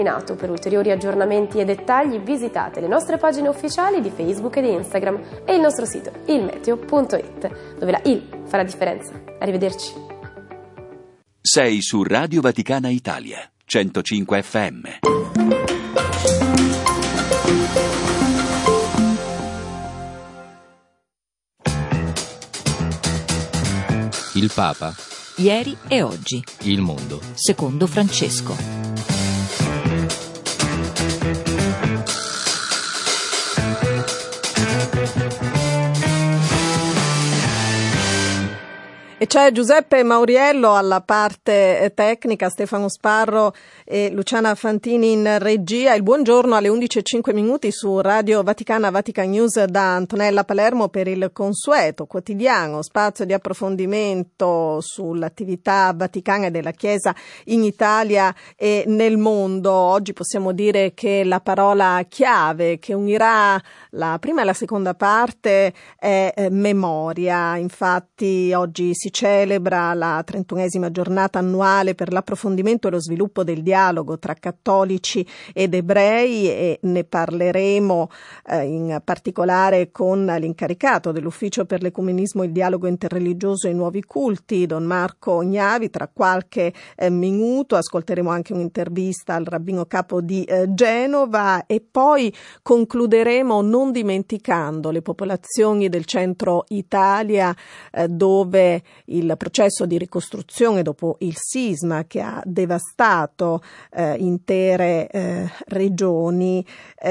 Per ulteriori aggiornamenti e dettagli visitate le nostre pagine ufficiali di Facebook e di Instagram e il nostro sito ilmeteo.it, dove la il fa la differenza. Arrivederci. Sei su Radio Vaticana Italia, 105 FM. Il Papa. Ieri e oggi. Il mondo. Secondo Francesco. E c'è Giuseppe Mauriello alla parte tecnica, Stefano Sparro e Luciana Fantini in regia. Il buongiorno alle 11:05 su Radio Vaticana, Vatican News da Antonella Palermo per il consueto quotidiano spazio di approfondimento sull'attività vaticana e della Chiesa in Italia e nel mondo. Oggi possiamo dire che la parola chiave che unirà la prima e la seconda parte è memoria. Infatti oggi si celebra la 31esima giornata annuale per l'approfondimento e lo sviluppo del dialogo tra cattolici ed ebrei e ne parleremo in particolare con l'incaricato dell'Ufficio per l'Ecumenismo, il dialogo interreligioso e i nuovi culti, Don Marco Gnavi. Tra qualche minuto ascolteremo anche un'intervista al rabbino capo di Genova e poi concluderemo non dimenticando le popolazioni del centro Italia dove il processo di ricostruzione dopo il sisma che ha devastato intere regioni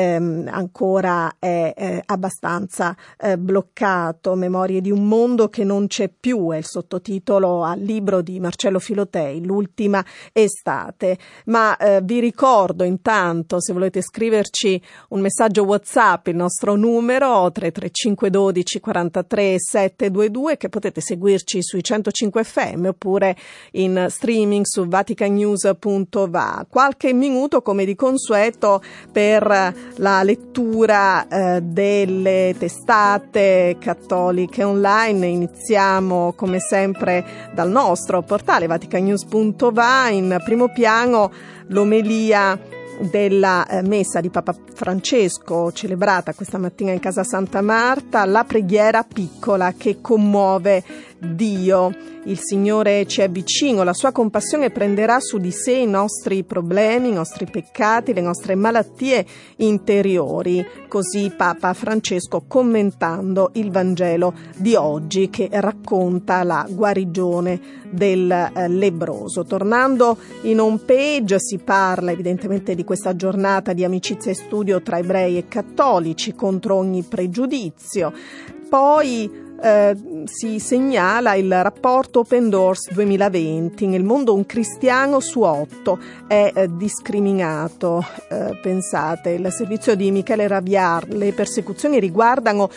ancora è abbastanza bloccato. Memorie di un mondo che non c'è più è il sottotitolo al libro di Marcello Filotei, L'ultima estate. Ma vi ricordo intanto, se volete scriverci un messaggio WhatsApp, il nostro numero 335 12 43 722, che potete seguirci sui 105 FM oppure in streaming su vaticannews.va. Qualche minuto come di consueto per la lettura delle testate cattoliche online. Iniziamo come sempre dal nostro portale vaticannews.va. In primo piano l'omelia della messa di Papa Francesco celebrata questa mattina in Casa Santa Marta, la preghiera piccola che commuove Dio. Il Signore ci è vicino, la sua compassione prenderà su di sé i nostri problemi, i nostri peccati, le nostre malattie interiori. Così Papa Francesco commentando il Vangelo di oggi che racconta la guarigione del lebbroso. Tornando in home page si parla evidentemente di questa giornata di amicizia e studio tra ebrei e cattolici contro ogni pregiudizio. Poi si segnala il rapporto Open Doors 2020. Nel mondo un cristiano su 8 è discriminato. Pensate, il servizio di Michele Raviar, le persecuzioni riguardano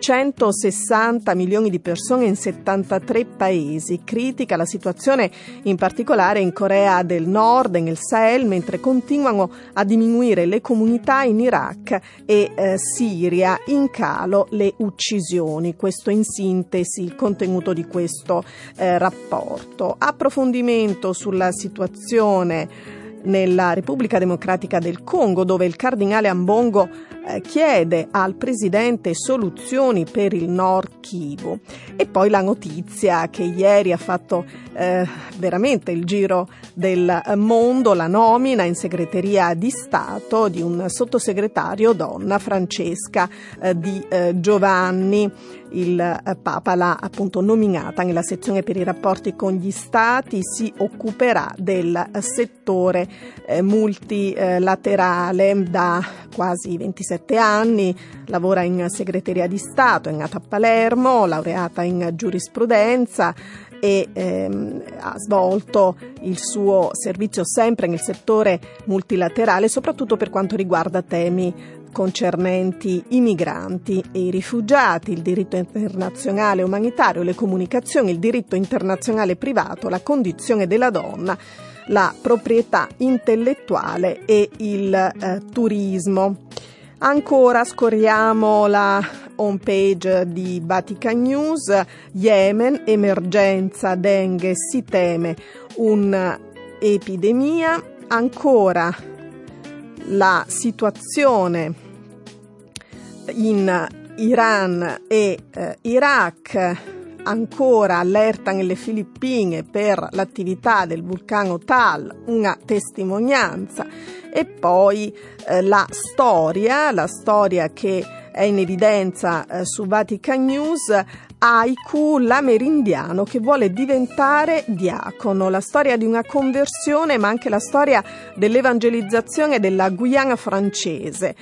260 milioni di persone in 73 paesi. Critica la situazione in particolare in Corea del Nord e nel Sahel, mentre continuano a diminuire le comunità in Iraq e Siria, in calo le uccisioni. Questo in sintesi il contenuto di questo rapporto. Approfondimento sulla situazione nella Repubblica Democratica del Congo, dove il cardinale Ambongo chiede al presidente soluzioni per il Nord Kivu. E poi la notizia che ieri ha fatto veramente il giro del mondo, la nomina in segreteria di Stato di un sottosegretario donna, Francesca Di Giovanni. Il Papa l'ha appunto nominata nella sezione per i rapporti con gli Stati, si occuperà del settore multilaterale da quasi 27 anni, lavora in segreteria di Stato, è nata a Palermo, laureata in giurisprudenza e ha svolto il suo servizio sempre nel settore multilaterale, soprattutto per quanto riguarda temi concernenti i migranti e i rifugiati, il diritto internazionale umanitario, le comunicazioni, il diritto internazionale privato, la condizione della donna, la proprietà intellettuale e il turismo. Ancora scorriamo la homepage di Vatican News. Yemen, emergenza dengue, si teme un'epidemia. Ancora la situazione in Iran e Iraq, ancora allerta nelle Filippine per l'attività del vulcano Tal, una testimonianza, e poi la storia che è in evidenza su Vatican News, Haiku, l'amerindiano che vuole diventare diacono, la storia di una conversione ma anche la storia dell'evangelizzazione della Guyana francese.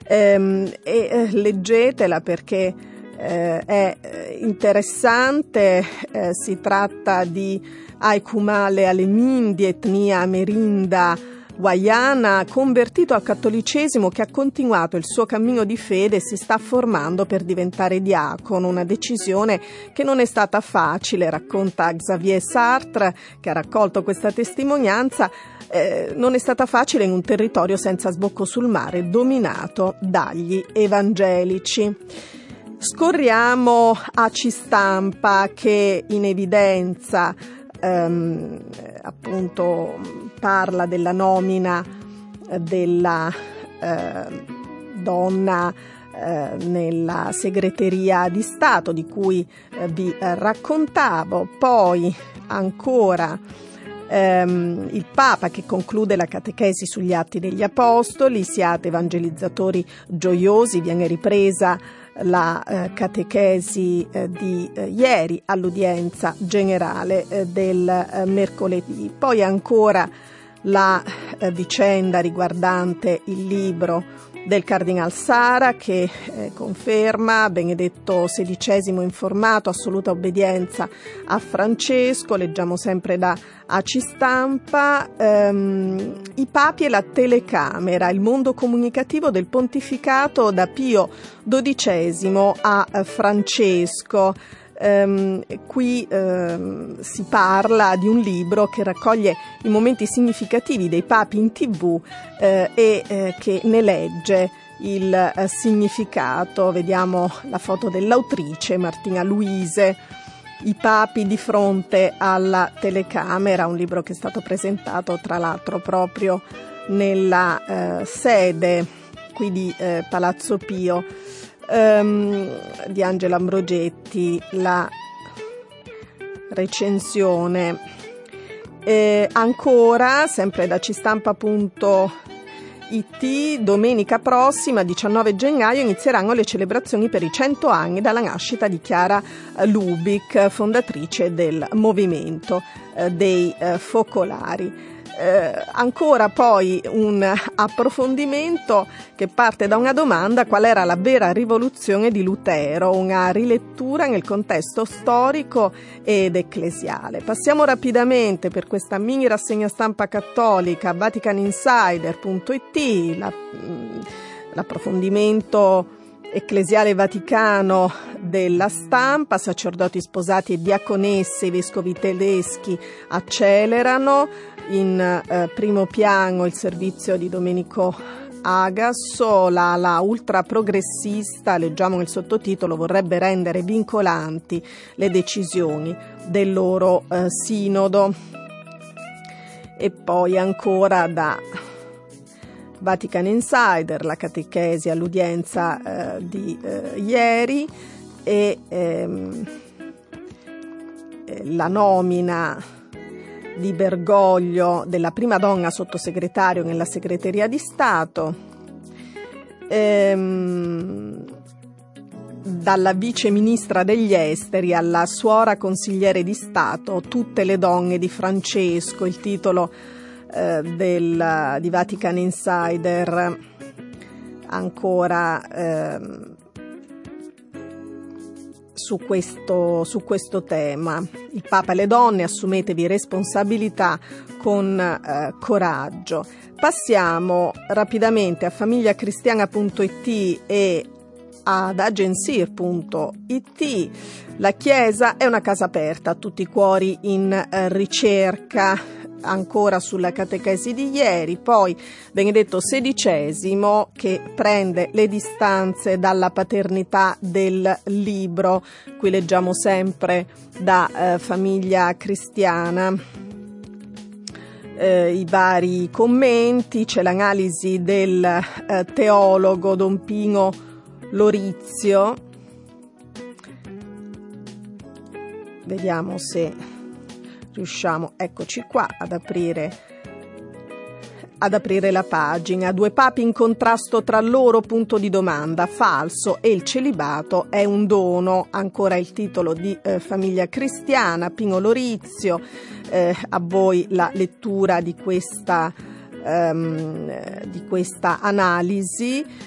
Leggetela perché è interessante. Si tratta di Haiku Male Alemin, di etnia amerinda guayana, convertito al cattolicesimo, che ha continuato il suo cammino di fede e si sta formando per diventare diacono, una decisione che non è stata facile, racconta Xavier Sartre, che ha raccolto questa testimonianza. Non è stata facile in un territorio senza sbocco sul mare, dominato dagli evangelici. Scorriamo AC Stampa, che in evidenza appunto parla della nomina della donna nella segreteria di Stato di cui vi raccontavo. Poi ancora il Papa che conclude la catechesi sugli Atti degli Apostoli. Siate evangelizzatori gioiosi, viene ripresa la catechesi di ieri all'udienza generale del mercoledì. Poi ancora la vicenda riguardante il libro del Cardinal Sara, che conferma Benedetto XVI informato, assoluta obbedienza a Francesco. Leggiamo sempre da AC Stampa, i papi e la telecamera, il mondo comunicativo del pontificato da Pio XII a Francesco. Qui si parla di un libro che raccoglie i momenti significativi dei papi in TV e che ne legge il significato. Vediamo la foto dell'autrice, Martina Luise, I papi di fronte alla telecamera, un libro che è stato presentato tra l'altro proprio nella sede qui di Palazzo Pio, di Angela Ambrogetti, la recensione. Ancora, sempre da cistampa.it, domenica prossima, 19 gennaio, inizieranno le celebrazioni per i 100 anni dalla nascita di Chiara Lubich, fondatrice del movimento dei focolari. Ancora poi un approfondimento che parte da una domanda: qual era la vera rivoluzione di Lutero? Una rilettura nel contesto storico ed ecclesiale. Passiamo rapidamente per questa mini rassegna stampa cattolica a VaticanInsider.it, l'approfondimento ecclesiale vaticano della Stampa. Sacerdoti sposati e diaconesse, i vescovi tedeschi accelerano. In primo piano il servizio di Domenico Agasso, la ultra progressista, leggiamo nel sottotitolo, vorrebbe rendere vincolanti le decisioni del loro sinodo. E poi ancora da Vatican Insider, la catechesi all'udienza di ieri e la nomina di Bergoglio della prima donna sottosegretario nella segreteria di Stato, dalla vice ministra degli esteri alla suora consigliere di Stato, tutte le donne di Francesco, il titolo di Vatican Insider. Ancora su questo tema: il Papa e le donne, assumetevi responsabilità con coraggio. Passiamo rapidamente a famigliacristiana.it e ad agencir.it. La Chiesa è una casa aperta a tutti i cuori in ricerca, ancora sulla catechesi di ieri. Poi Benedetto XVI che prende le distanze dalla paternità del libro, qui leggiamo sempre da Famiglia Cristiana. i vari commenti. C'è l'analisi del teologo Don Pino Lorizio. Vediamo se riusciamo, eccoci qua, ad aprire la pagina. Due papi in contrasto tra loro, punto di domanda, falso e il celibato è un dono, ancora il titolo di Famiglia Cristiana. Pino Lorizio, a voi la lettura di questa analisi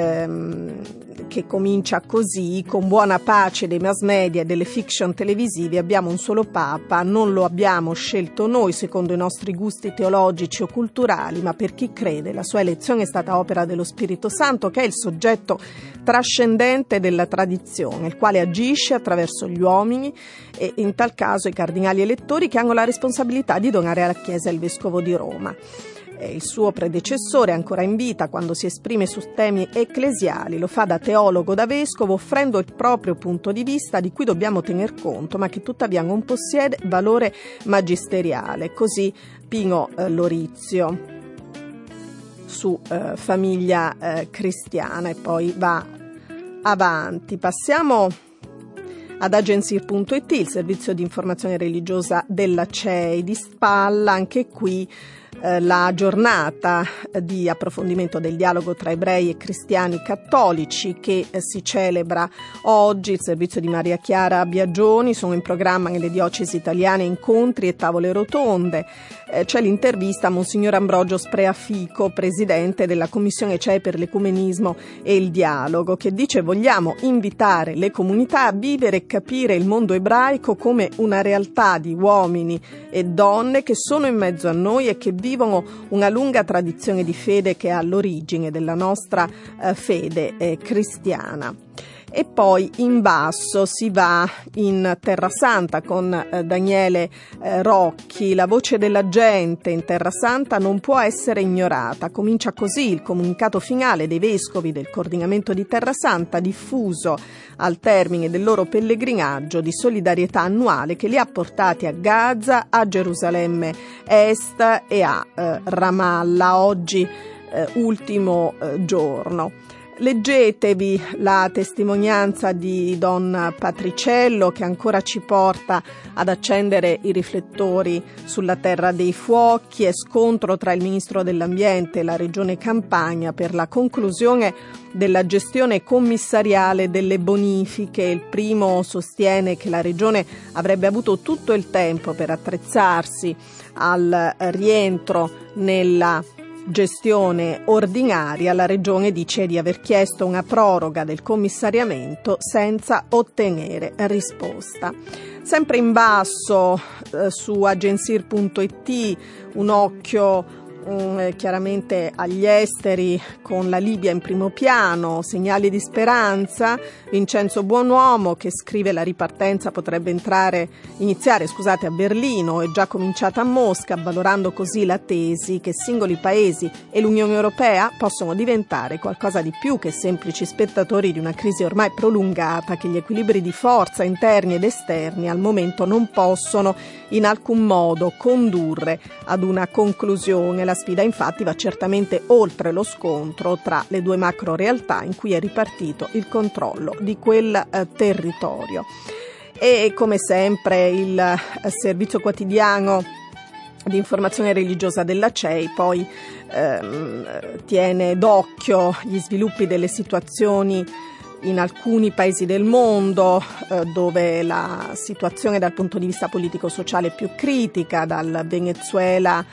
che comincia così: con buona pace dei mass media e delle fiction televisivi abbiamo un solo Papa, non lo abbiamo scelto noi secondo i nostri gusti teologici o culturali, ma per chi crede la sua elezione è stata opera dello Spirito Santo, che è il soggetto trascendente della tradizione, il quale agisce attraverso gli uomini e in tal caso i cardinali elettori, che hanno la responsabilità di donare alla Chiesa il Vescovo di Roma. Il suo predecessore, ancora in vita, quando si esprime su temi ecclesiali, lo fa da teologo, da vescovo, offrendo il proprio punto di vista di cui dobbiamo tener conto, ma che tuttavia non possiede valore magisteriale. Così Pino Lorizio su Famiglia Cristiana, e poi va avanti. Passiamo ad Agenzir.it, il servizio di informazione religiosa della CEI. Di spalla anche qui la giornata di approfondimento del dialogo tra ebrei e cristiani cattolici che si celebra oggi. Il servizio di Maria Chiara Biagioni. Sono in programma nelle diocesi italiane incontri e tavole rotonde. C'è l'intervista a Monsignor Ambrogio Spreafico, presidente della Commissione CEI per l'Ecumenismo e il Dialogo, che dice: vogliamo invitare le comunità a vivere e capire il mondo ebraico come una realtà di uomini e donne che sono in mezzo a noi e che vivono una lunga tradizione di fede che è all'origine della nostra fede cristiana. E poi in basso si va in Terra Santa con Daniele Rocchi. La voce della gente in Terra Santa non può essere ignorata. Comincia così il comunicato finale dei vescovi del coordinamento di Terra Santa, diffuso al termine del loro pellegrinaggio di solidarietà annuale che li ha portati a Gaza, a Gerusalemme Est e a Ramallah. Oggi ultimo giorno. Leggetevi la testimonianza di Don Patriciello, che ancora ci porta ad accendere i riflettori sulla Terra dei Fuochi. E scontro tra il Ministro dell'Ambiente e la Regione Campania per la conclusione della gestione commissariale delle bonifiche. Il primo sostiene che la Regione avrebbe avuto tutto il tempo per attrezzarsi al rientro nella gestione ordinaria. La Regione dice di aver chiesto una proroga del commissariamento senza ottenere risposta. Sempre in basso su Agenzir.it un occhio chiaramente agli esteri, con la Libia in primo piano, segnali di speranza. Vincenzo Buonuomo, che scrive: la ripartenza potrebbe iniziare a Berlino, è già cominciata a Mosca, valorando così la tesi che singoli paesi e l'Unione Europea possono diventare qualcosa di più che semplici spettatori di una crisi ormai prolungata, che gli equilibri di forza interni ed esterni al momento non possono in alcun modo condurre ad una conclusione. La sfida infatti va certamente oltre lo scontro tra le due macro realtà in cui è ripartito il controllo di quel territorio. E come sempre il servizio quotidiano di informazione religiosa della CEI poi tiene d'occhio gli sviluppi delle situazioni in alcuni paesi del mondo dove la situazione dal punto di vista politico-sociale è più critica, dal Venezuela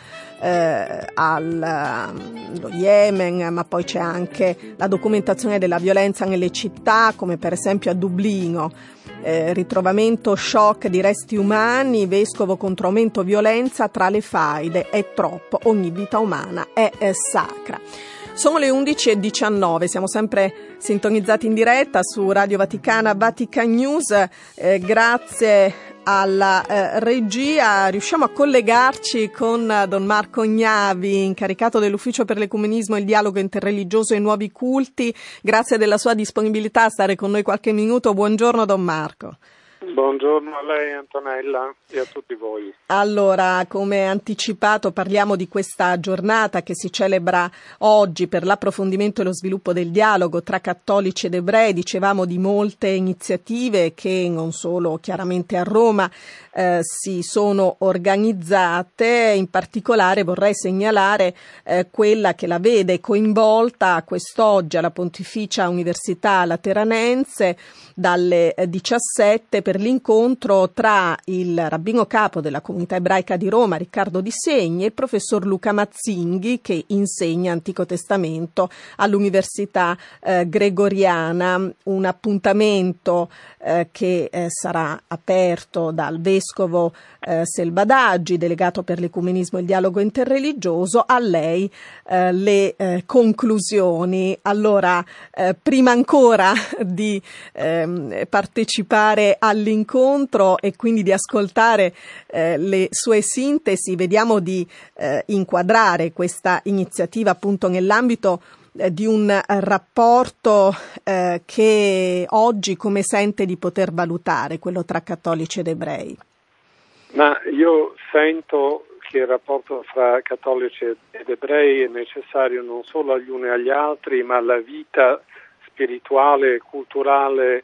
allo Yemen, ma poi c'è anche la documentazione della violenza nelle città, come per esempio a Dublino. Ritrovamento shock di resti umani, vescovo contro aumento violenza tra le faide, è troppo, ogni vita umana è sacra. Sono le 11:19, siamo sempre sintonizzati in diretta su Radio Vaticana, Vatican News. Grazie alla regia riusciamo a collegarci con Don Marco Gnavi, incaricato dell'Ufficio per l'Ecumenismo e il Dialogo Interreligioso e i Nuovi Culti. Grazie della sua disponibilità a stare con noi qualche minuto. Buongiorno Don Marco. Buongiorno a lei Antonella e a tutti voi. Allora, come anticipato, parliamo di questa giornata che si celebra oggi per l'approfondimento e lo sviluppo del dialogo tra cattolici ed ebrei. Dicevamo di molte iniziative che non solo chiaramente a Roma si sono organizzate. In particolare vorrei segnalare quella che la vede coinvolta quest'oggi alla Pontificia Università Lateranense dalle 17 per l'incontro tra il rabbino capo della comunità ebraica di Roma, Riccardo Di Segni, e il professor Luca Mazzinghi, che insegna Antico Testamento all'Università Gregoriana. Un appuntamento che sarà aperto dal vescovo Selbadaggi, delegato per l'ecumenismo e il dialogo interreligioso. A lei le conclusioni. Allora, prima ancora di partecipare all'incontro e quindi di ascoltare le sue sintesi, vediamo di inquadrare questa iniziativa appunto nell'ambito di un rapporto che oggi come sente di poter valutare, quello tra cattolici ed ebrei? Ma io sento che il rapporto fra cattolici ed ebrei è necessario non solo agli uni e agli altri, ma alla vita spirituale e culturale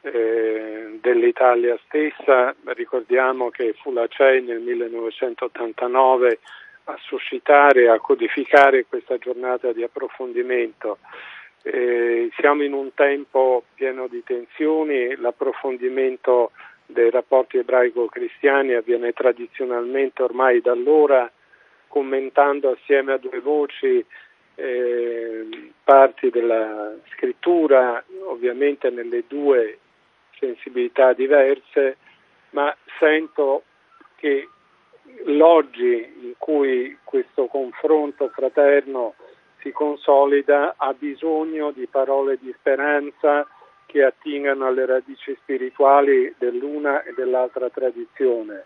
dell'Italia stessa. Ricordiamo che fu la CEI nel 1989 a suscitare, a codificare questa giornata di approfondimento. Siamo in un tempo pieno di tensioni, l'approfondimento dei rapporti ebraico-cristiani avviene tradizionalmente ormai da allora commentando assieme a due voci parti della scrittura, ovviamente nelle due sensibilità diverse, ma sento che l'oggi in cui questo confronto fraterno si consolida ha bisogno di parole di speranza che attingano alle radici spirituali dell'una e dell'altra tradizione.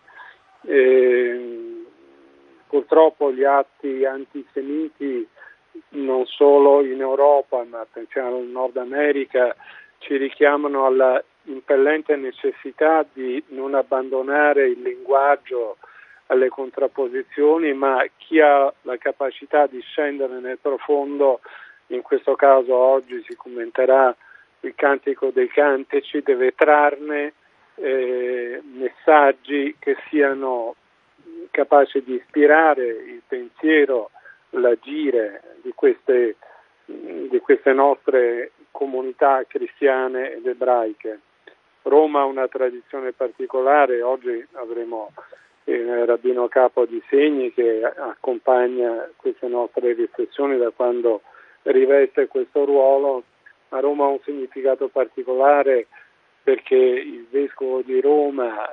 Purtroppo gli atti antisemiti non solo in Europa, ma pensiamo al Nord America, ci richiamano alla impellente necessità di non abbandonare il linguaggio alle contrapposizioni, ma chi ha la capacità di scendere nel profondo, in questo caso oggi si commenterà il Cantico dei Cantici, deve trarne messaggi che siano capaci di ispirare il pensiero, l'agire di queste nostre comunità cristiane ed ebraiche. Roma ha una tradizione particolare, oggi avremo il rabbino capo Di Segni che accompagna queste nostre riflessioni da quando riveste questo ruolo. A Roma ha un significato particolare perché il vescovo di Roma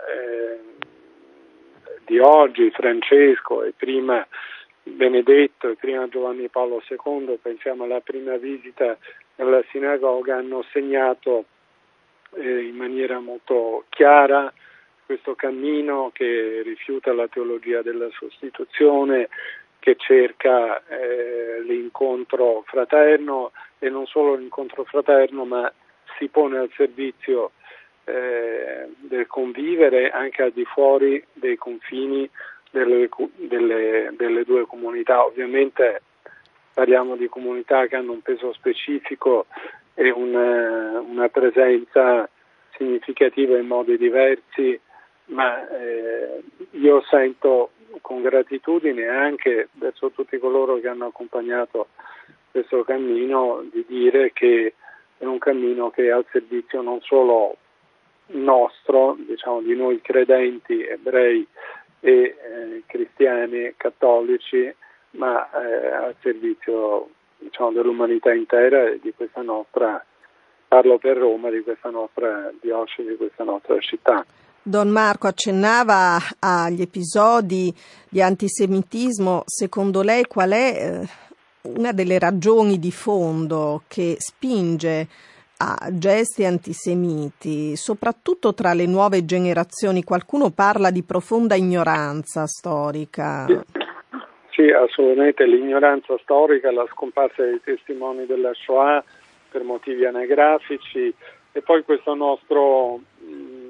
di oggi, Francesco, e prima Benedetto e prima Giovanni Paolo II, pensiamo alla prima visita alla sinagoga, hanno segnato in maniera molto chiara questo cammino che rifiuta la teologia della sostituzione, che cerca l'incontro fraterno, e non solo l'incontro fraterno, ma si pone al servizio del convivere anche al di fuori dei confini delle due comunità. Ovviamente parliamo di comunità che hanno un peso specifico e una presenza significativa in modi diversi, ma io sento con gratitudine anche verso tutti coloro che hanno accompagnato questo cammino di dire che è un cammino che è al servizio non solo nostro, diciamo di noi credenti, ebrei e cristiani cattolici, ma al servizio, diciamo, dell'umanità intera e di questa nostra, parlo per Roma, di questa nostra diocesi, di questa nostra città. Don Marco accennava agli episodi di antisemitismo. Secondo lei qual è una delle ragioni di fondo che spinge a gesti antisemiti, soprattutto tra le nuove generazioni? Qualcuno parla di profonda ignoranza storica. Sì, assolutamente, l'ignoranza storica, la scomparsa dei testimoni della Shoah per motivi anagrafici, e poi questo nostro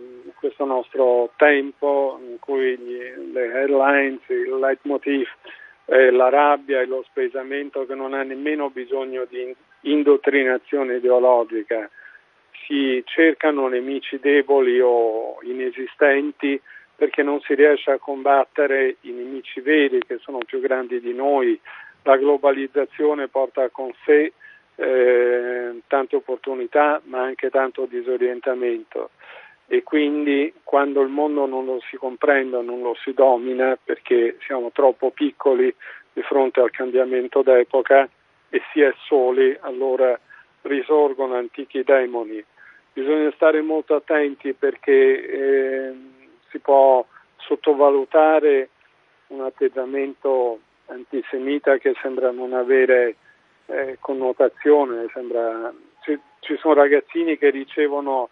questo nostro tempo in cui le headlines, il leitmotiv, la rabbia e lo spesamento che non ha nemmeno bisogno di indottrinazione ideologica, si cercano nemici deboli o inesistenti perché non si riesce a combattere i nemici veri che sono più grandi di noi. La globalizzazione porta con sé tante opportunità ma anche tanto disorientamento, e quindi quando il mondo non lo si comprende, non lo si domina perché siamo troppo piccoli di fronte al cambiamento d'epoca e si è soli, allora risorgono antichi demoni. Bisogna stare molto attenti perché si può sottovalutare un atteggiamento antisemita che sembra non avere connotazione. Ci sono ragazzini che ricevono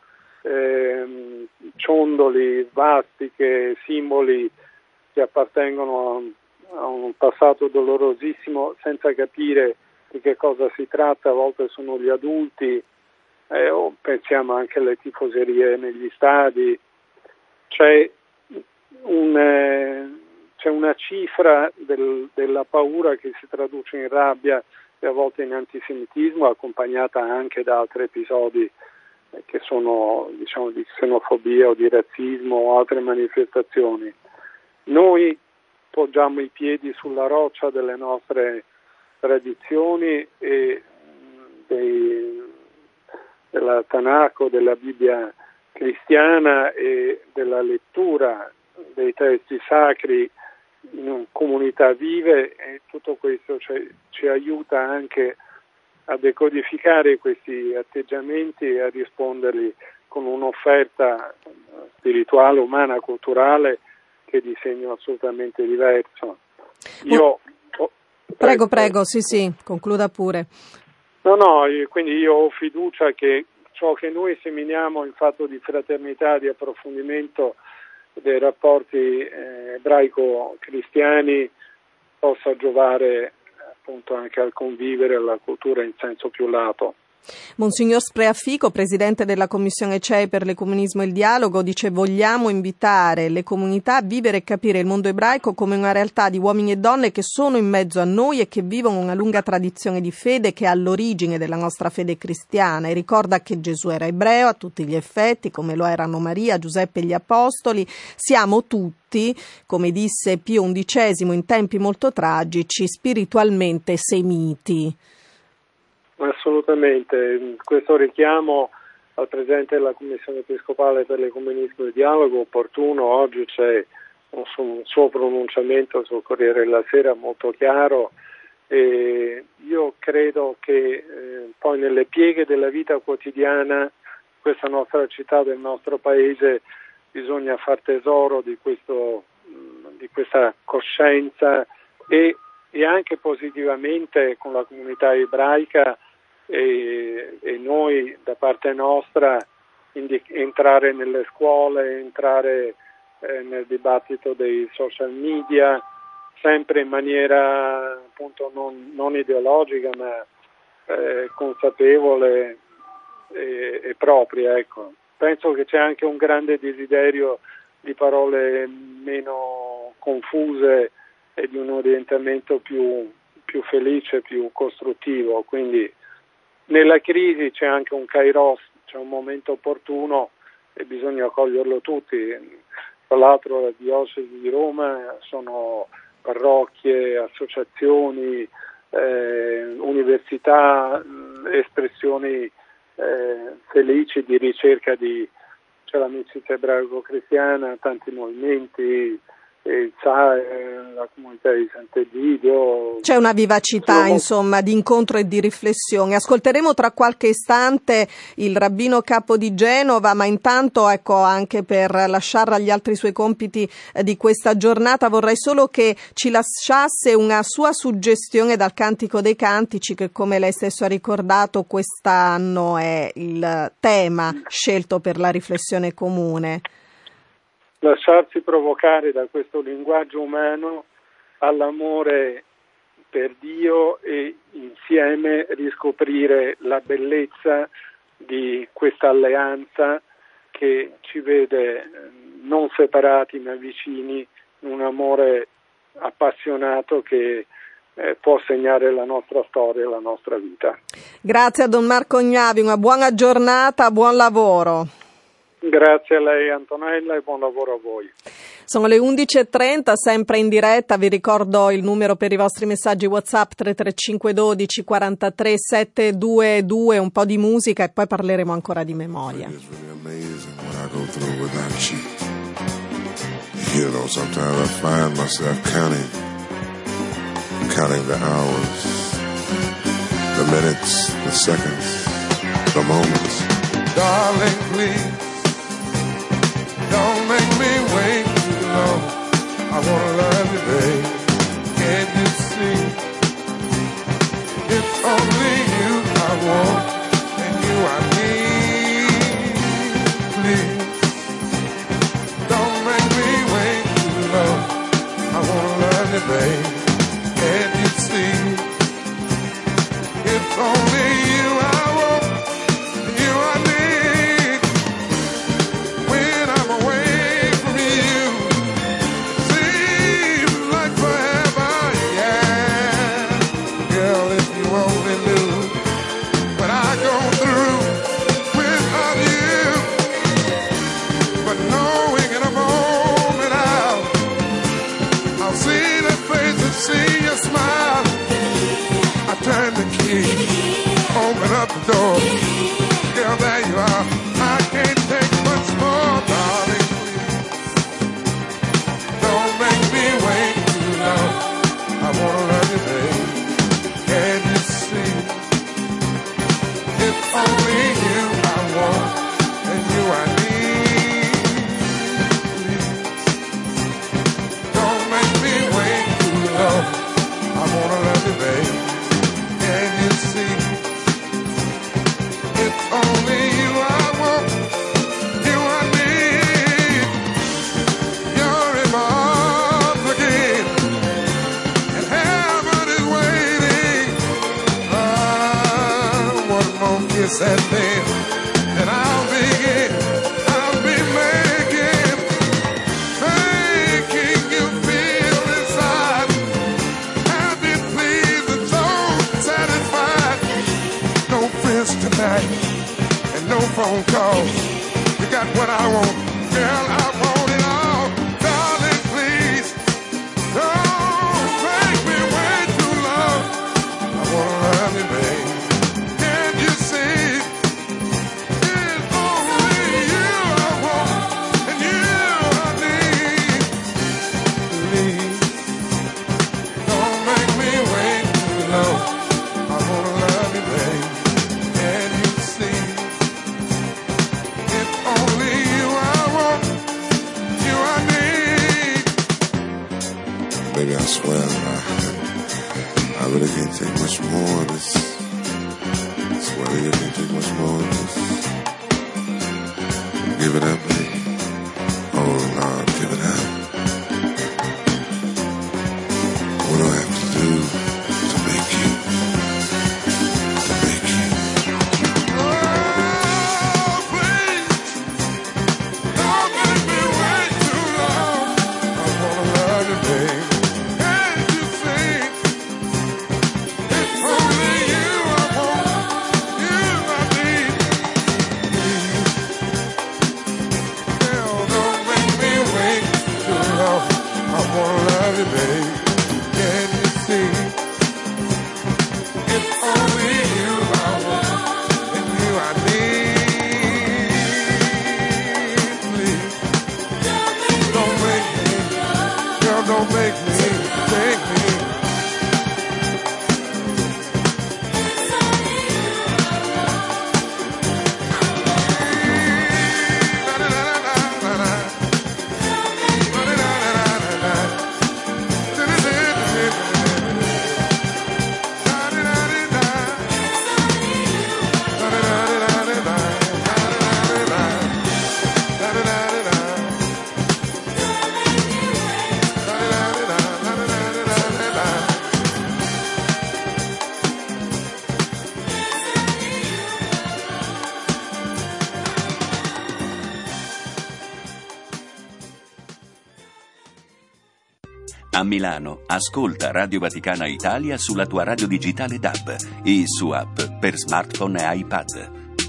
ciondoli, svastiche, simboli che appartengono a un passato dolorosissimo senza capire di che cosa si tratta. A volte sono gli adulti, o pensiamo anche alle tifoserie negli stadi. C'è una cifra della paura che si traduce in rabbia e a volte in antisemitismo, accompagnata anche da altri episodi che sono, diciamo, di xenofobia o di razzismo o altre manifestazioni. Noi poggiamo i piedi sulla roccia delle nostre tradizioni e della Tanakh, della Bibbia cristiana e della lettura dei testi sacri in comunità vive, e tutto questo ci aiuta anche a decodificare questi atteggiamenti e a risponderli con un'offerta spirituale, umana, culturale che è di segno assolutamente diverso. Prego, sì, concluda pure. Quindi io ho fiducia che ciò che noi seminiamo in fatto di fraternità, di approfondimento dei rapporti ebraico-cristiani possa giovare appunto anche al convivere, alla cultura in senso più lato. Monsignor Spreafico, presidente della Commissione CEI per l'Ecumenismo e il Dialogo, dice: vogliamo invitare le comunità a vivere e capire il mondo ebraico come una realtà di uomini e donne che sono in mezzo a noi e che vivono una lunga tradizione di fede che è all'origine della nostra fede cristiana, e ricorda che Gesù era ebreo a tutti gli effetti, come lo erano Maria, Giuseppe e gli Apostoli. Siamo tutti, come disse Pio XI in tempi molto tragici, spiritualmente semiti. Assolutamente, questo richiamo al Presidente della Commissione Episcopale per l'Ecumenismo e il Dialogo opportuno. Oggi c'è un suo pronunciamento sul Corriere della Sera molto chiaro, e io credo che poi nelle pieghe della vita quotidiana questa nostra città, del nostro paese, bisogna far tesoro di questa coscienza e anche positivamente con la comunità ebraica e noi da parte nostra entrare nelle scuole, entrare nel dibattito dei social media, sempre in maniera appunto non ideologica ma consapevole e propria. Ecco. Penso che c'è anche un grande desiderio di parole meno confuse e di un orientamento più felice, più costruttivo. Quindi nella crisi c'è anche un kairos, c'è un momento opportuno e bisogna coglierlo tutti. Tra l'altro la diocesi di Roma sono parrocchie, associazioni, università, espressioni felici di ricerca c'è l'amicizia ebraico-cristiana, tanti movimenti, il SAE, la comunità di Sant'Egidio. C'è una vivacità, insomma, di incontro e di riflessione. Ascolteremo tra qualche istante il rabbino capo di Genova, ma intanto, ecco, anche per lasciare agli altri suoi compiti di questa giornata, vorrei solo che ci lasciasse una sua suggestione dal Cantico dei Cantici, che, come lei stesso ha ricordato, quest'anno è il tema scelto per la riflessione comune. Lasciarsi provocare da questo linguaggio umano all'amore per Dio e insieme riscoprire la bellezza di questa alleanza che ci vede non separati ma vicini, un amore appassionato che può segnare la nostra storia e la nostra vita. Grazie a Don Marco Gnavi, una buona giornata, buon lavoro. Grazie a lei Antonella e buon lavoro a voi. Sono le 11.30, sempre in diretta, vi ricordo il numero per i vostri messaggi WhatsApp 335 12 43 722, un po' di musica e poi parleremo ancora di memoria. You know, sometimes I find myself counting the hours, the minutes, the seconds, the moments. Darling, please, don't make me wait too long. I wanna love you, babe. Can't you see? It's only you I want, and you I need. Please, don't make me wait too long. I wanna love you, babe. Can't you see? It's only you I want, and you I need. When I'm away from you, seems like forever, yeah. Girl, if you only knew what I go through without you. But knowing in a moment I'll see that face and see your smile. I turn the key, open up the door. Girl, there you are. I can't take much more, darling. Please, don't make me wait too long. I wanna love you, babe. Can't you see? It's only you I want, and you I need. Please, don't make me wait too long. I wanna love you, babe. Can't you see? It's only you I want, you I need. You're in my arms again, and heaven is waiting. One more kiss and then I'll begin. I'll be making you feel inside happy, pleased, and so satisfied. No friends tonight and no phone calls. You got what I want, girl. I want it all, darling. Please, don't make me wait too long. I wanna love you, babe. Can't you see? It's only you I want, and you I need. Please, don't make me wait too long. I wanna love you, babe. Can't you see? It's only you I want, you I need. Baby, I swear I really can't take much more of this. I swear you can't take much more of this. Give it up, baby. Oh, Lord, give it up. What do I have to do to make you? Oh, please, don't make me wait too long. I wanna love you, babe. Can't you see? It's only you A Milano, ascolta Radio Vaticana Italia sulla tua radio digitale DAB e su app per smartphone e iPad.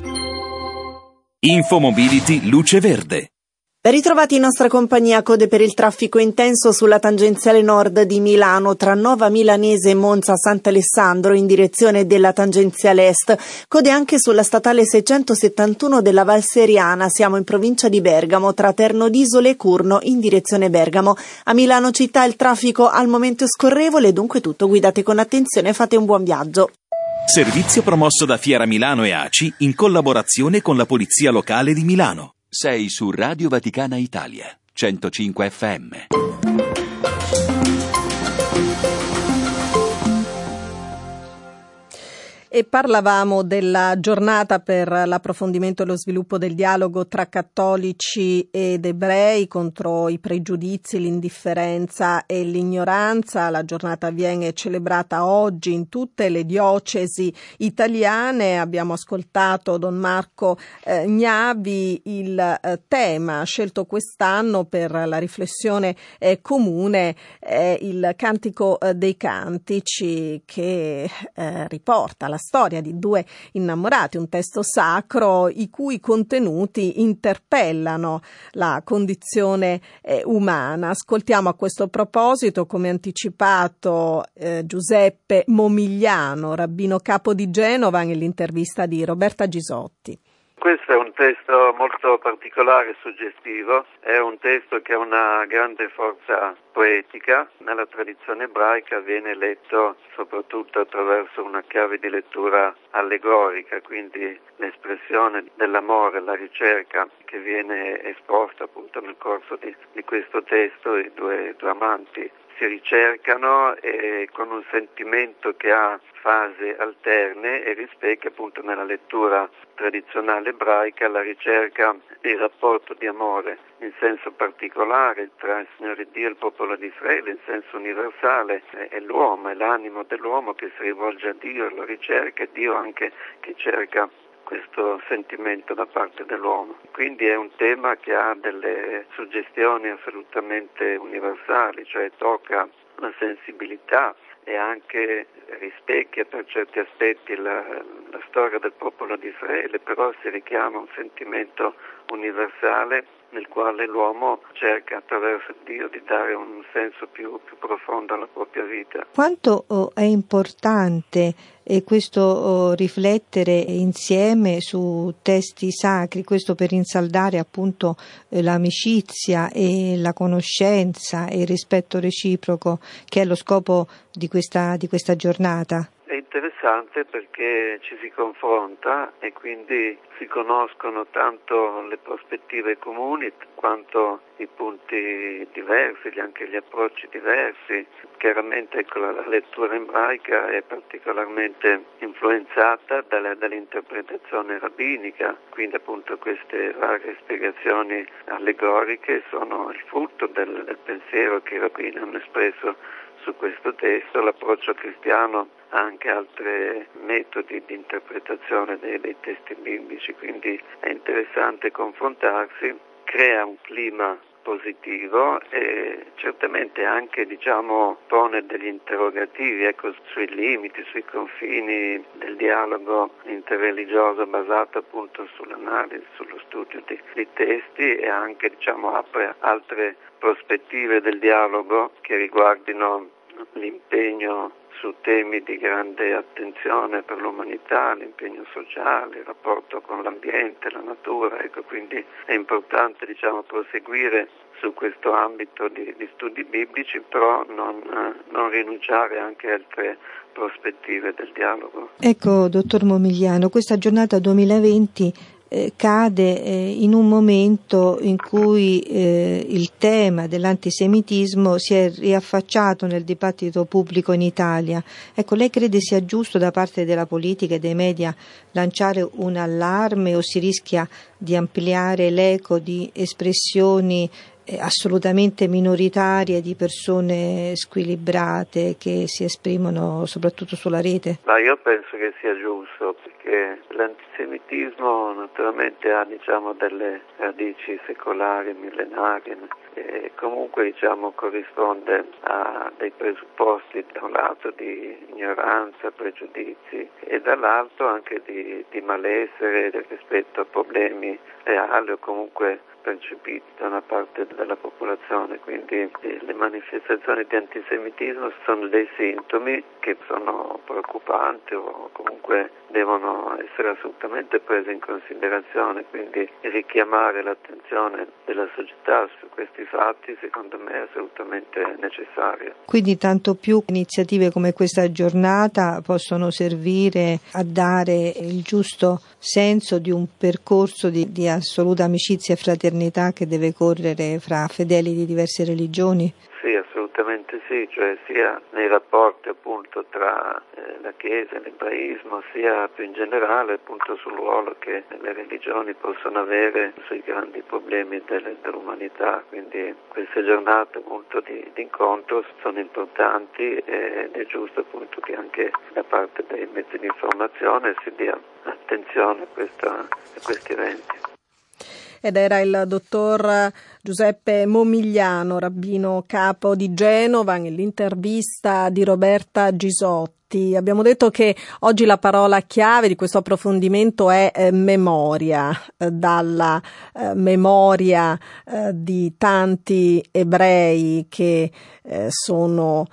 Infomobility Luce Verde. Ben ritrovati in nostra compagnia. Code per il traffico intenso sulla tangenziale nord di Milano tra Nova Milanese e Monza Sant'Alessandro in direzione della tangenziale est. Code anche sulla statale 671 della Val Seriana. Siamo in provincia di Bergamo tra Terno d'Isole e Curno in direzione Bergamo. A Milano città il traffico al momento è scorrevole, dunque tutto, guidate con attenzione e fate un buon viaggio. Servizio promosso da Fiera Milano e ACI in collaborazione con la Polizia Locale di Milano. Sei su Radio Vaticana Italia, 105 FM. E parlavamo della giornata per l'approfondimento e lo sviluppo del dialogo tra cattolici ed ebrei contro i pregiudizi, l'indifferenza e l'ignoranza. La giornata viene celebrata oggi in tutte le diocesi italiane. Abbiamo ascoltato Don Marco Gnavi. Il tema scelto quest'anno per la riflessione comune è il Cantico dei Cantici, che riporta la storia di due innamorati, un testo sacro i cui contenuti interpellano la condizione umana. Ascoltiamo a questo proposito, come anticipato, Giuseppe Momigliano, rabbino capo di Genova, nell'intervista di Roberta Gisotti. Questo è un testo molto particolare e suggestivo, è un testo che ha una grande forza poetica. Nella tradizione ebraica viene letto soprattutto attraverso una chiave di lettura allegorica, quindi l'espressione dell'amore, la ricerca che viene esposta appunto nel corso di questo testo. I due amanti si ricercano e con un sentimento che ha fasi alterne e rispecchia appunto nella lettura tradizionale ebraica la ricerca del rapporto di amore in senso particolare tra il Signore Dio e il popolo di Israele, in senso universale è l'uomo, è l'animo dell'uomo che si rivolge a Dio e lo ricerca, e Dio anche che cerca questo sentimento da parte dell'uomo. Quindi è un tema che ha delle suggestioni assolutamente universali, cioè tocca la sensibilità e anche rispecchia per certi aspetti la storia del popolo di Israele, però si richiama un sentimento universale nel quale l'uomo cerca attraverso Dio di dare un senso più profondo alla propria vita. Quanto è importante questo riflettere insieme su testi sacri, questo per rinsaldare appunto l'amicizia e la conoscenza e il rispetto reciproco, che è lo scopo di questa giornata? È interessante perché ci si confronta e quindi si conoscono tanto le prospettive comuni quanto i punti diversi, anche gli approcci diversi. Chiaramente la lettura ebraica è particolarmente influenzata dall'interpretazione rabbinica, quindi appunto queste varie spiegazioni allegoriche sono il frutto del pensiero che i rabbini hanno espresso su questo testo. L'approccio cristiano ha anche altri metodi di interpretazione dei testi biblici, quindi è interessante confrontarsi, crea un clima positivo e certamente anche pone degli interrogativi sui limiti, sui confini del dialogo interreligioso basato appunto sull'analisi, sullo studio di testi, e anche apre altre prospettive del dialogo che riguardino l'impegno su temi di grande attenzione per l'umanità, l'impegno sociale, il rapporto con l'ambiente, la natura. Quindi è importante proseguire su questo ambito di studi biblici, però non rinunciare anche a altre prospettive del dialogo. Ecco, dottor Momigliano, questa giornata 2020 cade in un momento in cui il tema dell'antisemitismo si è riaffacciato nel dibattito pubblico in Italia. Ecco, lei crede sia giusto da parte della politica e dei media lanciare un allarme, o si rischia di ampliare l'eco di espressioni assolutamente minoritarie di persone squilibrate che si esprimono soprattutto sulla rete? Ma io penso che sia giusto, perché l'antisemitismo naturalmente ha delle radici secolari, millenarie, e comunque corrisponde a dei presupposti da un lato di ignoranza, pregiudizi e dall'altro anche di malessere rispetto a problemi reali o comunque percepiti da una parte della popolazione. Quindi le manifestazioni di antisemitismo sono dei sintomi che sono preoccupanti o comunque devono essere assolutamente prese in considerazione, quindi richiamare l'attenzione della società su questi fatti secondo me è assolutamente necessario. Quindi tanto più iniziative come questa giornata possono servire a dare il giusto senso di un percorso di assoluta amicizia e fraternità che deve correre fra fedeli di diverse religioni? Sì, assolutamente sì, cioè sia nei rapporti appunto tra la Chiesa e l'ebraismo, sia più in generale appunto sul ruolo che le religioni possono avere sui grandi problemi dell'umanità. Quindi queste giornate appunto di incontro sono importanti ed è giusto appunto che anche da parte dei mezzi di informazione si dia attenzione a questi eventi. Ed era il dottor Giuseppe Momigliano, rabbino capo di Genova, nell'intervista di Roberta Gisotti. Abbiamo detto che oggi la parola chiave di questo approfondimento è memoria, dalla memoria di tanti ebrei che sono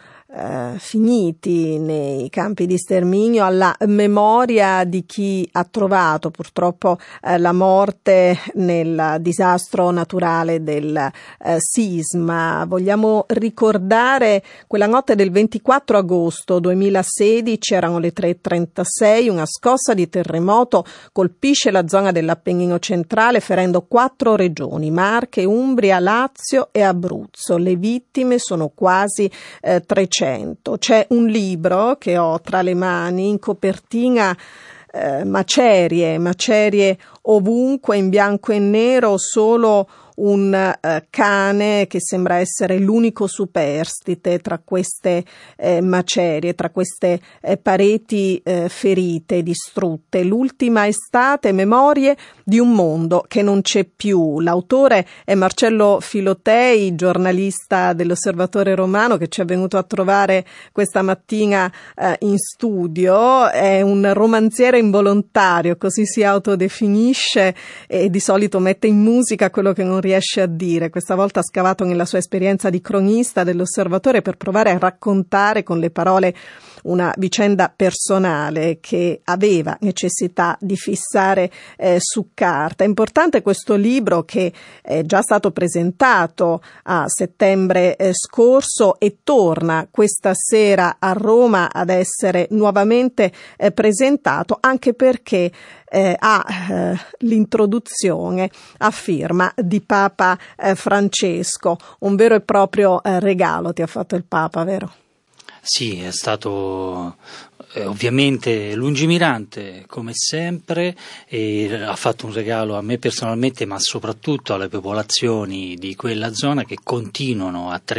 finiti nei campi di sterminio, alla memoria di chi ha trovato purtroppo la morte nel disastro naturale del sisma. Vogliamo ricordare quella notte del 24 agosto 2016, erano le 3:36, una scossa di terremoto colpisce la zona dell'Appennino centrale ferendo 4 regioni, Marche, Umbria, Lazio e Abruzzo. Le vittime sono quasi 300. C'è un libro che ho tra le mani, in copertina macerie ovunque, in bianco e nero, solo un cane che sembra essere l'unico superstite tra queste macerie, tra queste pareti ferite, distrutte. L'ultima estate, memorie di un mondo che non c'è più. L'autore è Marcello Filotei, giornalista dell'Osservatore Romano, che ci è venuto a trovare questa mattina in studio. È un romanziere involontario, così si autodefinisce, e di solito mette in musica quello che non riesce a dire. Questa volta ha scavato nella sua esperienza di cronista dell'Osservatore per provare a raccontare con le parole una vicenda personale che aveva necessità di fissare su carta. È importante questo libro, che è già stato presentato a settembre scorso e torna questa sera a Roma ad essere nuovamente presentato, anche perché ha l'introduzione a firma di Papa Francesco. Un vero e proprio regalo ti ha fatto il Papa, vero? Sì, è stato ovviamente lungimirante come sempre, e ha fatto un regalo a me personalmente, ma soprattutto alle popolazioni di quella zona che continuano a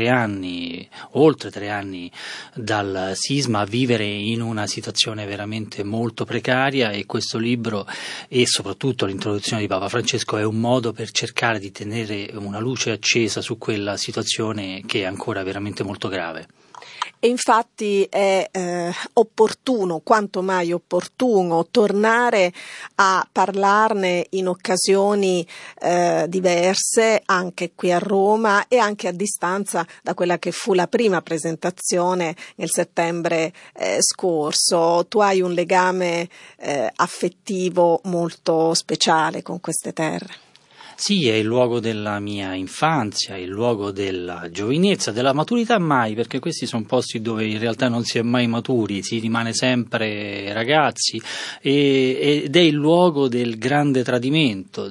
oltre 3 anni dal sisma, a vivere in una situazione veramente molto precaria, e questo libro e soprattutto l'introduzione di Papa Francesco è un modo per cercare di tenere una luce accesa su quella situazione che è ancora veramente molto grave. E infatti è opportuno, quanto mai opportuno, tornare a parlarne in occasioni diverse, anche qui a Roma e anche a distanza da quella che fu la prima presentazione nel settembre scorso. Tu hai un legame affettivo molto speciale con queste terre. Sì, è il luogo della mia infanzia, il luogo della giovinezza, della maturità mai, perché questi sono posti dove in realtà non si è mai maturi, si rimane sempre ragazzi, ed è il luogo del grande tradimento,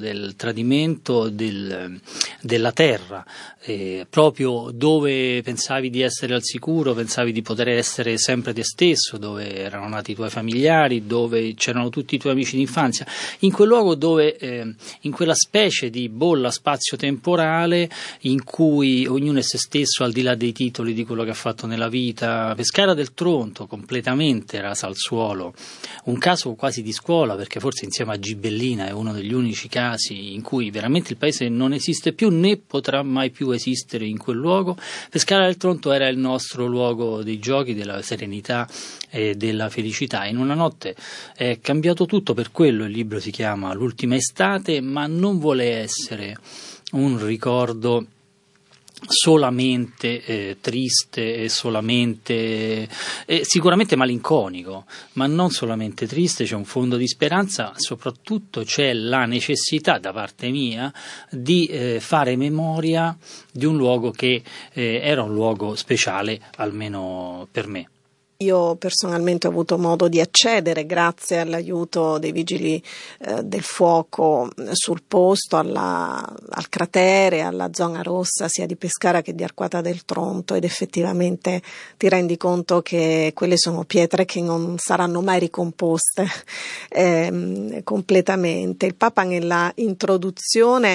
della terra, proprio dove pensavi di essere al sicuro, pensavi di poter essere sempre te stesso, dove erano nati i tuoi familiari, dove c'erano tutti i tuoi amici d'infanzia, in quel luogo dove, in quella specie di di bolla spazio-temporale in cui ognuno è se stesso al di là dei titoli di quello che ha fatto nella vita. Pescara del Tronto completamente rasa al suolo, un caso quasi di scuola, perché forse insieme a Gibellina è uno degli unici casi in cui veramente il paese non esiste più né potrà mai più esistere in quel luogo. Pescara del Tronto era il nostro luogo dei giochi, della serenità e della felicità. In una notte è cambiato tutto, per quello il libro si chiama L'ultima estate, ma non vuole essere un ricordo solamente triste e solamente sicuramente malinconico, ma non solamente triste. C'è un fondo di speranza, soprattutto c'è la necessità da parte mia di fare memoria di un luogo che era un luogo speciale, almeno per me. Io personalmente ho avuto modo di accedere, grazie all'aiuto dei vigili del fuoco sul posto, al cratere, alla zona rossa sia di Pescara che di Arquata del Tronto, ed effettivamente ti rendi conto che quelle sono pietre che non saranno mai ricomposte completamente. Il Papa nella introduzione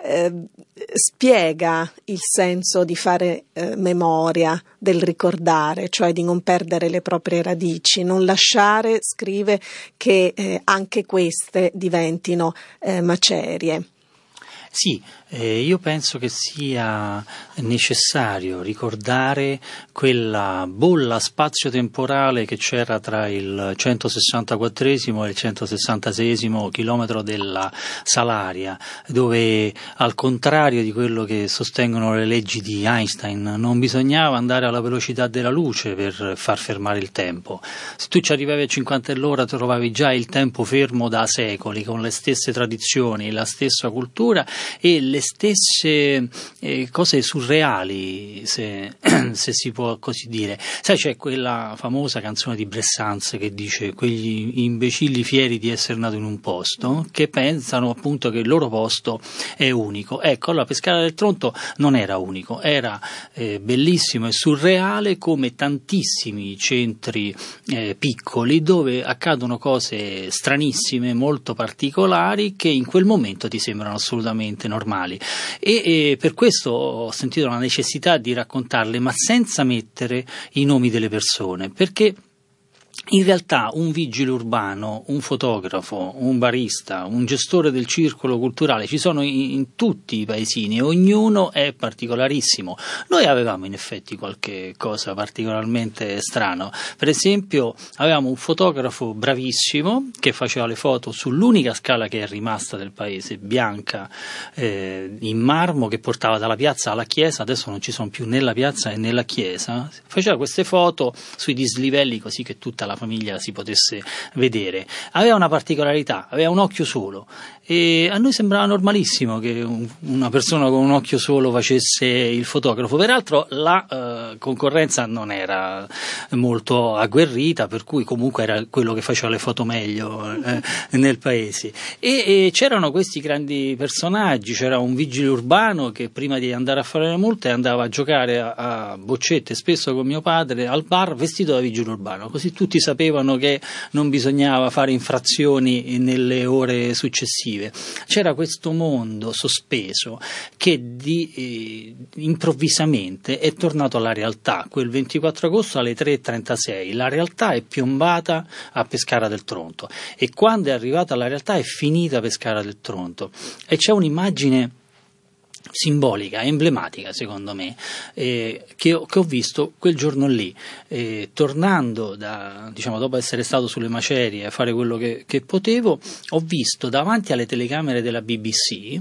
spiega il senso di fare memoria, del ricordare, cioè di non perdere le proprie radici, non lasciare, scrive, che anche queste diventino macerie. Sì, io penso che sia necessario ricordare quella bolla spazio-temporale che c'era tra il 164esimo e il 166esimo chilometro della Salaria, dove, al contrario di quello che sostengono le leggi di Einstein, non bisognava andare alla velocità della luce per far fermare il tempo. Se tu ci arrivavi a 50 all'ora trovavi già il tempo fermo da secoli, con le stesse tradizioni, la stessa cultura e le stesse cose surreali, se si può così dire. Sai, c'è quella famosa canzone di Bressans che dice: quegli imbecilli fieri di essere nato in un posto, che pensano appunto che il loro posto è unico. Ecco, allora Pescara del Tronto non era unico, era bellissimo e surreale, come tantissimi centri piccoli dove accadono cose stranissime, molto particolari, che in quel momento ti sembrano assolutamente normali, e per questo ho sentito la necessità di raccontarle, ma senza mettere i nomi delle persone, perché in realtà un vigile urbano, un fotografo, un barista, un gestore del circolo culturale ci sono in tutti i paesini e ognuno è particolarissimo. Noi avevamo in effetti qualche cosa particolarmente strano. Per esempio avevamo un fotografo bravissimo che faceva le foto sull'unica scala che è rimasta del paese, bianca, in marmo, che portava dalla piazza alla chiesa. Adesso non ci sono più né la piazza né la chiesa. Faceva queste foto sui dislivelli così che tutta la famiglia si potesse vedere. Aveva una particolarità, aveva un occhio solo, e a noi sembrava normalissimo che una persona con un occhio solo facesse il fotografo. Peraltro la concorrenza non era molto agguerrita, per cui comunque era quello che faceva le foto meglio nel paese. E c'erano questi grandi personaggi. C'era un vigile urbano che prima di andare a fare le multe andava a giocare a boccette, spesso con mio padre, al bar, vestito da vigile urbano, così tutti sapevano che non bisognava fare infrazioni nelle ore successive. C'era questo mondo sospeso che improvvisamente è tornato alla realtà. Quel 24 agosto alle 3:36 la realtà è piombata a Pescara del Tronto, e quando è arrivata alla realtà è finita Pescara del Tronto, e c'è un'immagine simbolica, emblematica secondo me, che ho visto quel giorno lì, tornando dopo essere stato sulle macerie a fare quello che potevo. Ho visto davanti alle telecamere della BBC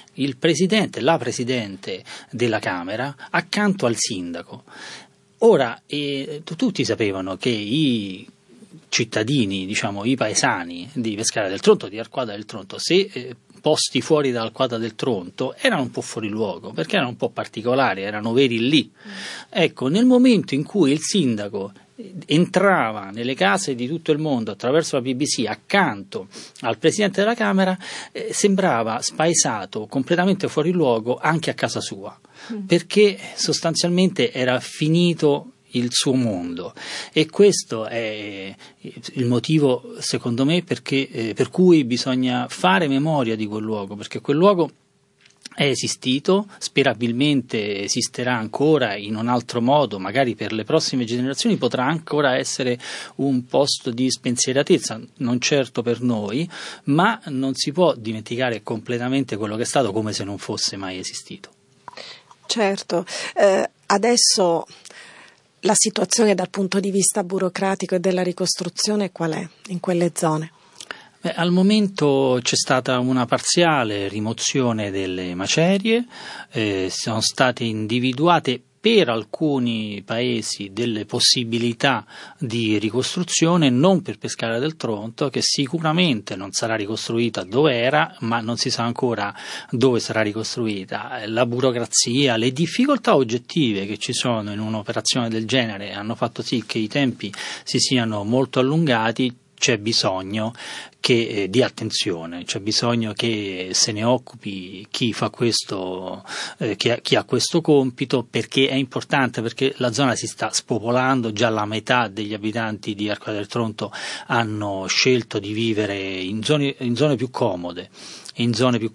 la presidente della Camera accanto al sindaco. Ora tutti sapevano che i cittadini, i paesani di Pescara del Tronto, di Arquata del Tronto, se posti fuori da Arquata del Tronto, erano un po' fuori luogo, perché erano un po' particolari, erano veri lì. Ecco, nel momento in cui il sindaco entrava nelle case di tutto il mondo attraverso la BBC accanto al presidente della Camera, sembrava spaesato, completamente fuori luogo anche a casa sua, perché sostanzialmente era finito il suo mondo. E questo è il motivo, secondo me, per cui bisogna fare memoria di quel luogo, perché quel luogo è esistito, sperabilmente esisterà ancora in un altro modo, magari per le prossime generazioni potrà ancora essere un posto di spensieratezza, non certo per noi, ma non si può dimenticare completamente quello che è stato come se non fosse mai esistito. Certo, adesso la situazione dal punto di vista burocratico e della ricostruzione qual è in quelle zone? Al momento c'è stata una parziale rimozione delle macerie, sono state individuate per alcuni paesi delle possibilità di ricostruzione, non per Pescara del Tronto, che sicuramente non sarà ricostruita dove era, ma non si sa ancora dove sarà ricostruita. La burocrazia, le difficoltà oggettive che ci sono in un'operazione del genere hanno fatto sì che i tempi si siano molto allungati. C'è bisogno di attenzione, c'è bisogno che se ne occupi chi fa questo, chi ha questo compito, perché è importante, perché la zona si sta spopolando, già la metà degli abitanti di Arquata del Tronto hanno scelto di vivere in zone più comode. In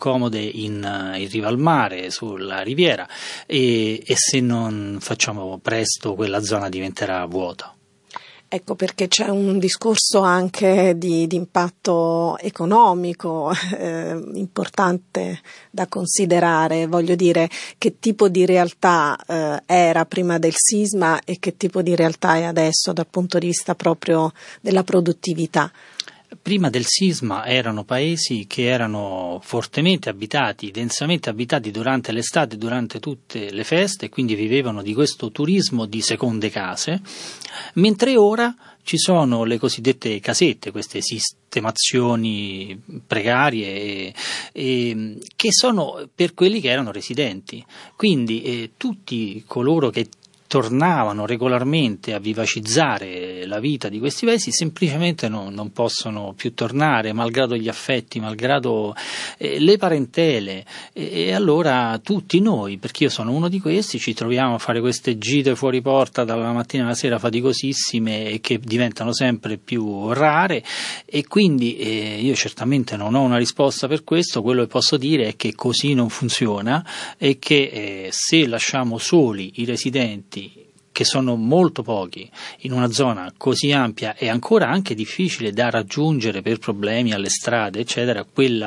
riva al mare, sulla riviera, e se non facciamo presto quella zona diventerà vuota. Ecco perché c'è un discorso anche di impatto economico importante da considerare, voglio dire, che tipo di realtà era prima del sisma e che tipo di realtà è adesso dal punto di vista proprio della produttività. Prima del sisma erano paesi che erano fortemente abitati, densamente abitati durante l'estate, durante tutte le feste, quindi vivevano di questo turismo di seconde case, mentre ora ci sono le cosiddette casette, queste sistemazioni precarie che sono per quelli che erano residenti. Quindi tutti coloro che tornavano regolarmente a vivacizzare la vita di questi paesi semplicemente non possono più tornare, malgrado gli affetti, malgrado le parentele, e allora tutti noi, perché io sono uno di questi, ci troviamo a fare queste gite fuori porta dalla mattina alla sera faticosissime e che diventano sempre più rare, e quindi io certamente non ho una risposta per questo. Quello che posso dire è che così non funziona e che se lasciamo soli i residenti, che sono molto pochi, in una zona così ampia e ancora anche difficile da raggiungere per problemi alle strade, eccetera,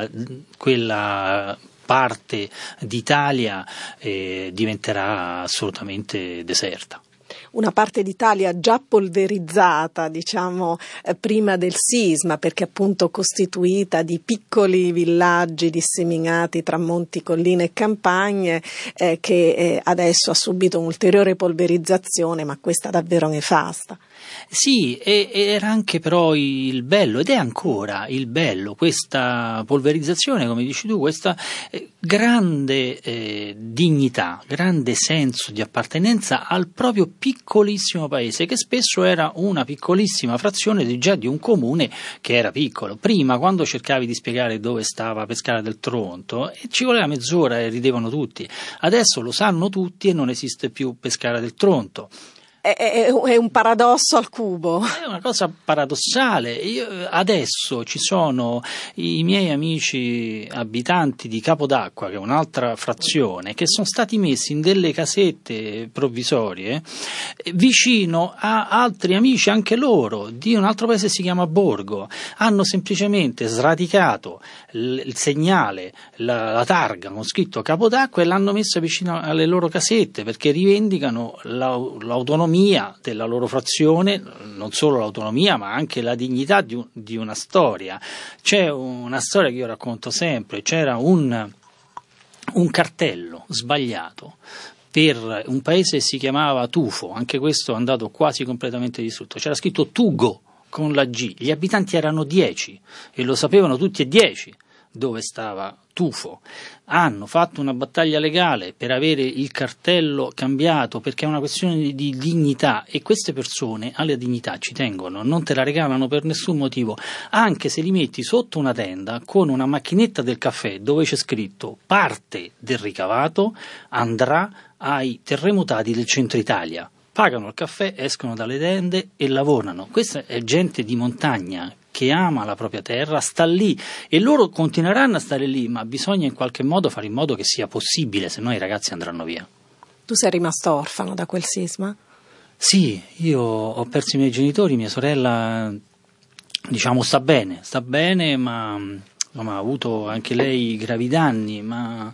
quella parte d'Italia diventerà assolutamente deserta. Una parte d'Italia già polverizzata, diciamo, prima del sisma, perché appunto costituita di piccoli villaggi disseminati tra monti, colline e campagne, che adesso ha subito un'ulteriore polverizzazione, ma questa davvero nefasta. Sì, era anche però il bello, ed è ancora il bello, questa polverizzazione, come dici tu, questa grande dignità, grande senso di appartenenza al proprio piccolissimo paese, che spesso era una piccolissima frazione di un comune che era piccolo. Prima, quando cercavi di spiegare dove stava Pescara del Tronto, ci voleva mezz'ora e ridevano tutti. Adesso lo sanno tutti e non esiste più Pescara del Tronto. È un paradosso al cubo. È una cosa paradossale. Adesso ci sono i miei amici abitanti di Capodacqua, che è un'altra frazione, che sono stati messi in delle casette provvisorie vicino a altri amici, anche loro, di un altro paese che si chiama Borgo. Hanno semplicemente sradicato il segnale, la targa con scritto Capodacqua, e l'hanno messa vicino alle loro casette, perché rivendicano l'autonomia della loro frazione, non solo l'autonomia ma anche la dignità di una storia. C'è una storia che io racconto sempre: c'era un cartello sbagliato per un paese che si chiamava Tufo, anche questo è andato quasi completamente distrutto. C'era scritto Tugo con la G, gli abitanti erano 10 e lo sapevano tutti e 10 dove stava Tufo. Hanno fatto una battaglia legale per avere il cartello cambiato, perché è una questione di dignità, e queste persone alla dignità ci tengono, non te la regalano per nessun motivo, anche se li metti sotto una tenda con una macchinetta del caffè dove c'è scritto parte del ricavato andrà ai terremotati del centro Italia. Pagano il caffè, escono dalle tende e lavorano. Questa è gente di montagna che ama la propria terra, sta lì e loro continueranno a stare lì, ma bisogna in qualche modo fare in modo che sia possibile, se no i ragazzi andranno via. Tu sei rimasto orfano da quel sisma? Sì, io ho perso i miei genitori, mia sorella diciamo sta bene, ma insomma, ha avuto anche lei gravi danni, ma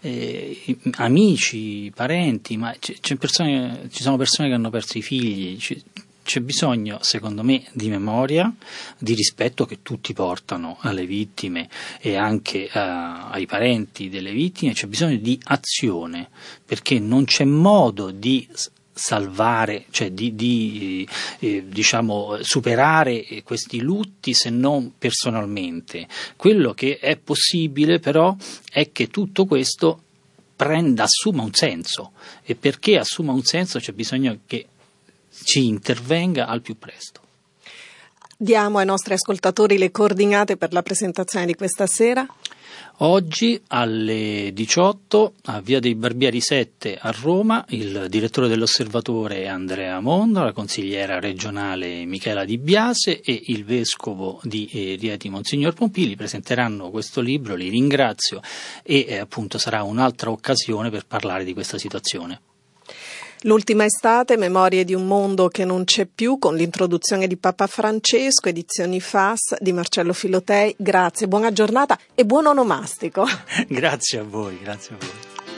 amici, parenti, ma ci sono persone che hanno perso i figli, c'è bisogno, secondo me, di memoria, di rispetto che tutti portano alle vittime e anche ai parenti delle vittime, c'è bisogno di azione, perché non c'è modo di salvare, cioè diciamo superare questi lutti se non personalmente. Quello che è possibile però è che tutto questo assuma un senso, e perché assuma un senso c'è bisogno che ci intervenga al più presto. Diamo ai nostri ascoltatori le coordinate per la presentazione di questa sera. Oggi alle 18 a Via dei Barbieri 7 a Roma il direttore dell'Osservatore è Andrea Mondo, la consigliera regionale Michela Di Biase e il vescovo di Rieti Monsignor Pompili presenteranno questo libro, li ringrazio, e appunto sarà un'altra occasione per parlare di questa situazione. L'ultima estate, Memorie di un mondo che non c'è più, con l'introduzione di Papa Francesco, edizioni FAS di Marcello Filotei. Grazie, buona giornata e buon onomastico. Grazie a voi, grazie a voi.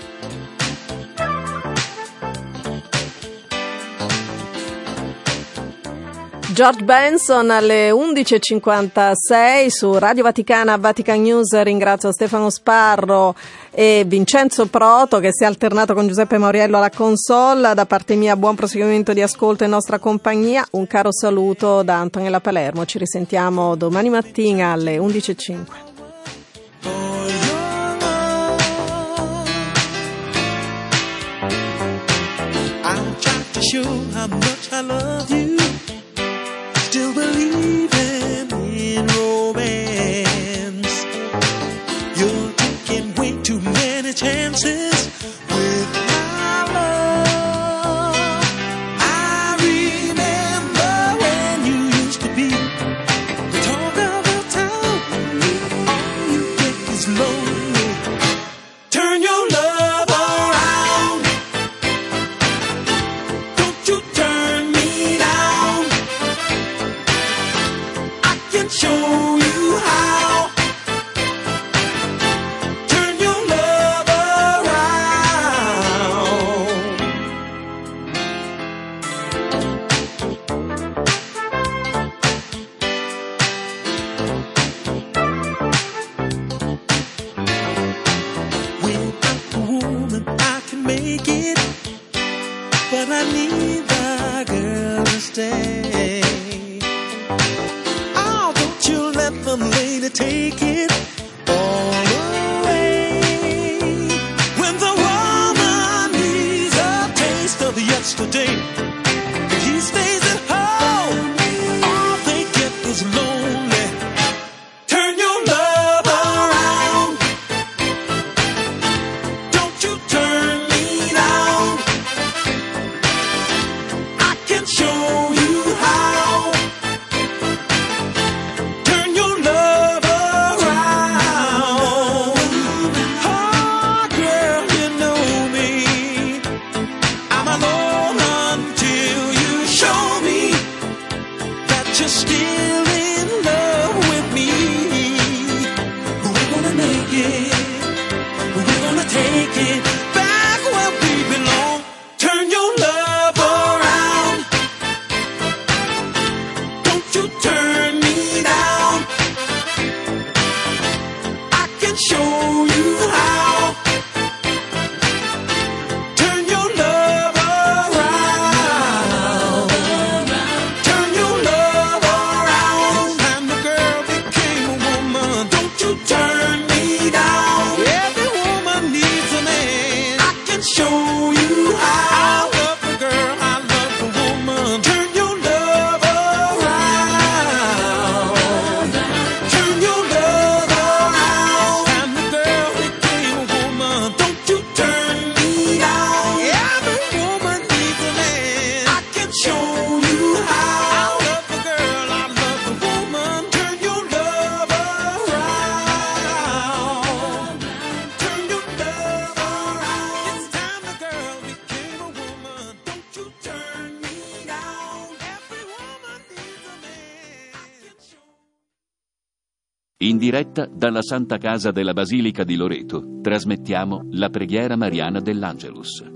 George Benson alle 11.56 su Radio Vaticana, Vatican News. Ringrazio Stefano Sparro e Vincenzo Proto che si è alternato con Giuseppe Mauriello alla console. Da parte mia buon proseguimento di ascolto in nostra compagnia, un caro saluto da Antonella Palermo. Ci risentiamo domani mattina alle 11.05. I'm trying to show how much I love you. Still believing in romance. You're taking way too many chances with my love. I remember when you used to be the talk of the town. All you get is lonely. Turn your love around. Don't you turn me down. Show you how. Turn your love around. Without the woman I can make it, but I need the girl to stay. Let the lady take it all away. When the woman needs a taste of yesterday, if he stays at home, all they get is lonely. Turn your love around. Don't you turn me down. I can show you how. You're still in love with me. We're gonna make it. We're gonna take it back where we belong. Turn your love around. Don't you turn me down. I can show you how. Turn your love around. Turn your love around. And the girl became a woman. Don't you turn me down. Every woman needs a man. I can show you how. I love the girl, I love the woman. Turn your love around. Turn your love around. And the In diretta dalla Santa Casa della Basilica di Loreto trasmettiamo la preghiera mariana dell'Angelus.